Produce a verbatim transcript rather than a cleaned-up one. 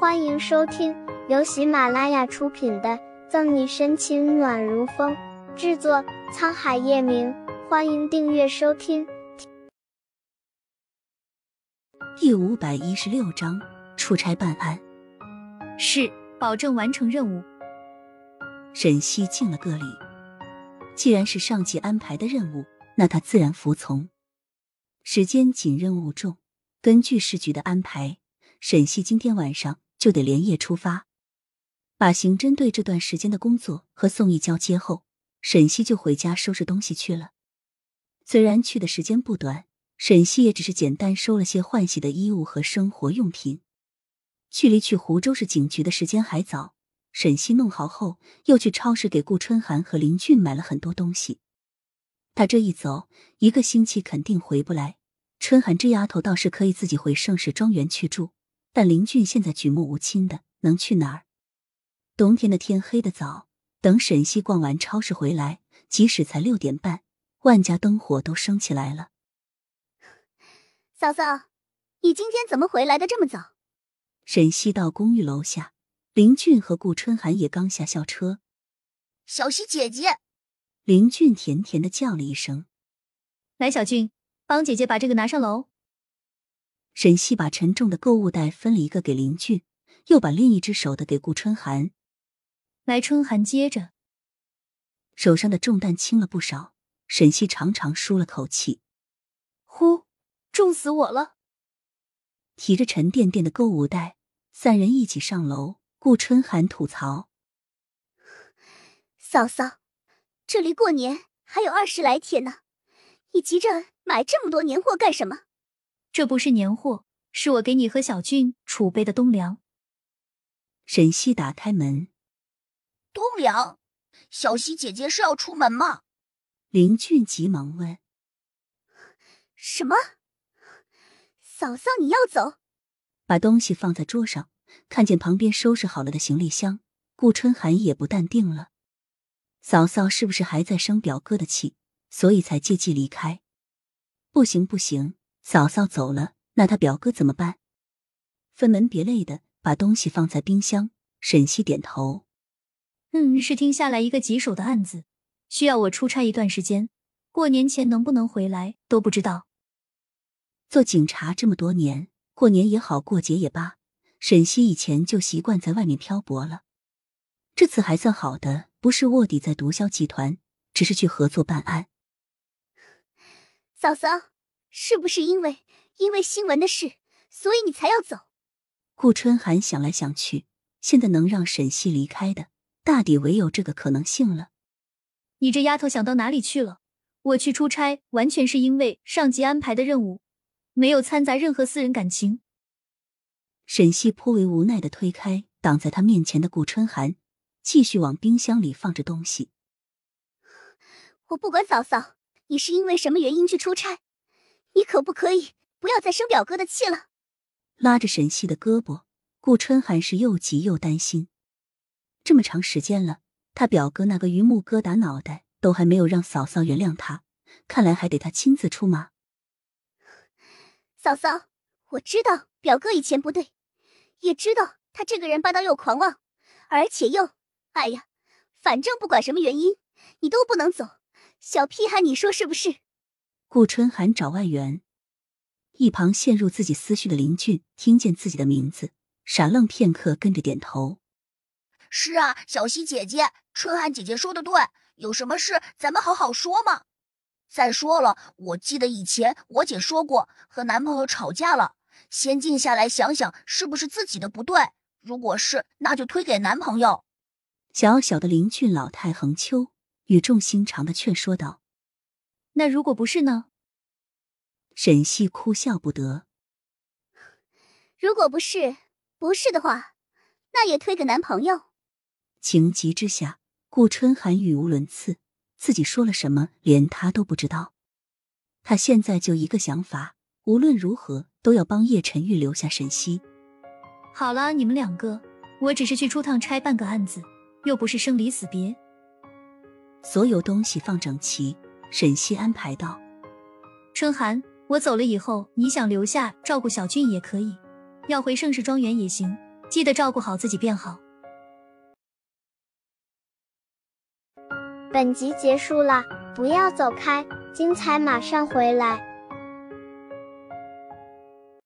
欢迎收听由喜马拉雅出品的《赠你深情暖如风》，制作沧海夜明。欢迎订阅收听。 第五百一十六章，出差办案。 是，保证完成任务。 沈西敬了个礼，既然是上级安排的任务，那他自然服从。时间紧，任务重，根据市局的安排，沈西今天晚上就得连夜出发。把刑侦队这段时间的工作和宋义交接后，沈西就回家收拾东西去了。虽然去的时间不短，沈西也只是简单收了些换洗的衣物和生活用品。距离去湖州市警局的时间还早，沈西弄好后，又去超市给顾春寒和林俊买了很多东西。他这一走，一个星期肯定回不来。春寒这丫头倒是可以自己回盛世庄园去住，但林俊现在举目无亲的，能去哪儿？冬天的天黑得早，等沈西逛完超市回来，即使才六点半，万家灯火都升起来了。 嫂嫂，你今天怎么回来的这么早？ 沈西到公寓楼下，林俊和顾春寒也刚下校车。 小西姐姐， 林俊甜甜地叫了一声。 来，小俊，帮姐姐把这个拿上楼。 沈西把沉重的购物袋分了一个给林俊，又把另一只手的给顾春寒。 来，春寒接着。 手上的重担轻了不少，沈西长长舒了口气。 呼，重死我了。 提着沉甸甸的购物袋，三人一起上楼。顾春寒吐槽： 嫂嫂，这离过年还有二十来天呢，你急着买这么多年货干什么？ 这不是年货，是我给你和小俊储备的冬粮。 沈西打开门。 冬粮？小西姐姐是要出门吗？ 林俊急忙问。 什么？嫂嫂你要走？ 把东西放在桌上，看见旁边收拾好了的行李箱，顾春寒也不淡定了。嫂嫂是不是还在生表哥的气，所以才借机离开？不行不行，嫂嫂走了，那他表哥怎么办？分门别类的把东西放在冰箱。沈西点头。 嗯，是听下来一个棘手的案子，需要我出差一段时间，过年前能不能回来都不知道。 做警察这么多年，过年也好，过节也罢，沈西以前就习惯在外面漂泊了。这次还算好的，不是卧底在毒枭集团，只是去合作办案。 嫂嫂，是不是因为因为新闻的事，所以你才要走？ 顾春寒想来想去，现在能让沈西离开的，大抵唯有这个可能性了。 你这丫头想到哪里去了？我去出差完全是因为上级安排的任务，没有掺杂任何私人感情。 沈西颇为无奈地推开挡在他面前的顾春寒，继续往冰箱里放着东西。 我不管嫂嫂，你是因为什么原因去出差，你可不可以不要再生表哥的气了？ 拉着沈西的胳膊，顾春寒是又急又担心。这么长时间了，他表哥那个榆木疙瘩脑袋都还没有让嫂嫂原谅他，看来还得他亲自出马。 嫂嫂，我知道表哥以前不对，也知道他这个人霸道又狂妄，而且又……哎呀，反正不管什么原因，你都不能走。小屁孩，你说是不是？ 顾春寒找外援。一旁陷入自己思绪的林俊听见自己的名字，傻愣片刻，跟着点头。 是啊，小西姐姐，春寒姐姐说的对，有什么事咱们好好说嘛。再说了，我记得以前我姐说过，和男朋友吵架了，先静下来想想是不是自己的不对，如果是，那就推给男朋友。 小小的林俊老态横秋，语重心长地劝说道。 那如果不是呢？ 沈西哭笑不得。 如果不是，不是的话，那也推给男朋友。 情急之下，顾春寒语无伦次，自己说了什么连他都不知道。他现在就一个想法，无论如何都要帮叶晨玉留下沈西。 好了，你们两个，我只是去出趟差办个案子，又不是生离死别。 所有东西放整齐，沈西安排道。 春寒，我走了以后，你想留下照顾小俊也可以，要回盛世庄园也行， 记得照顾好自己便好。 本集结束了，不要走开，精彩马上回来。